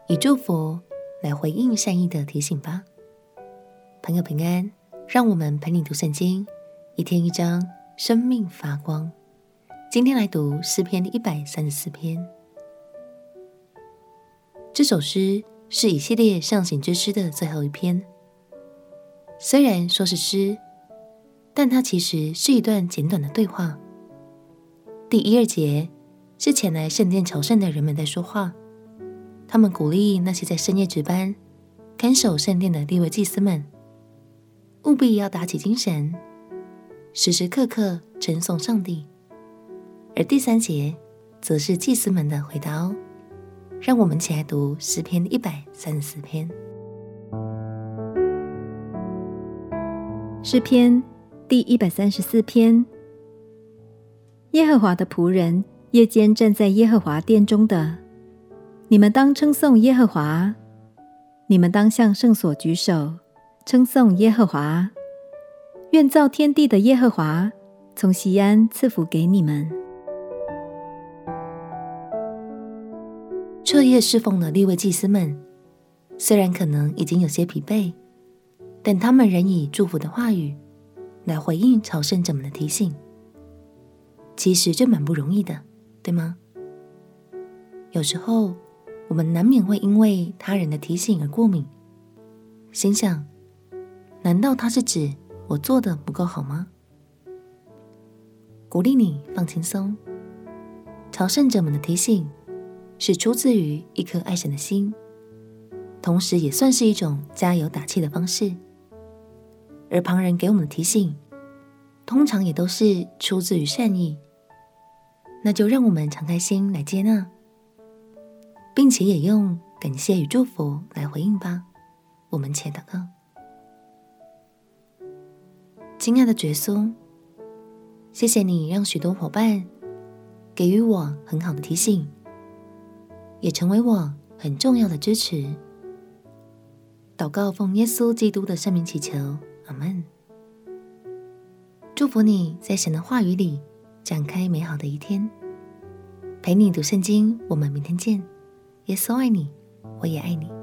以祝福来回应善意的提醒吧。朋友平安，让我们陪你读圣经，一天一章，生命发光。今天来读诗篇134篇。这首诗是以系列上行之诗的最后一篇。虽然说是诗，但它其实是一段简短的对话。第1、2节是前来圣殿朝圣的人们在说话，他们鼓励那些在深夜值班看守圣殿的利未祭司们，务必要打起精神，时时刻刻称颂上帝。而第3节则是祭司们的回答哦。让我们一起来读诗篇134篇。 诗篇第134篇。耶和华的仆人，夜间站在耶和华殿中的，你们当称颂耶和华，你们当向圣所举手，称颂耶和华。愿造天地的耶和华从锡安赐福给你们。 彻夜侍奉的利未祭司们，虽然可能已经有些疲惫，但他们仍以祝福的话语来回应朝圣者们的提醒。其实这蛮不容易的，对吗？有时候我们难免会因为他人的提醒而过敏，心想，难道他是指我做的不够好吗？鼓励你放轻松，朝圣者们的提醒是出自于一颗爱神的心，同时也算是一种加油打气的方式。而旁人给我们的提醒，通常也都是出自于善意，那就让我们敞开心来接纳，并且也用感谢与祝福来回应吧。我们且祷告。亲爱的耶稣，谢谢你让许多伙伴给予我很好的提醒，也成为我很重要的支持。祷告奉耶稣基督的圣名祈求，阿们。祝福你在神的话语里展开美好的一天。陪你读圣经，我们明天见。耶稣爱你，我也爱你。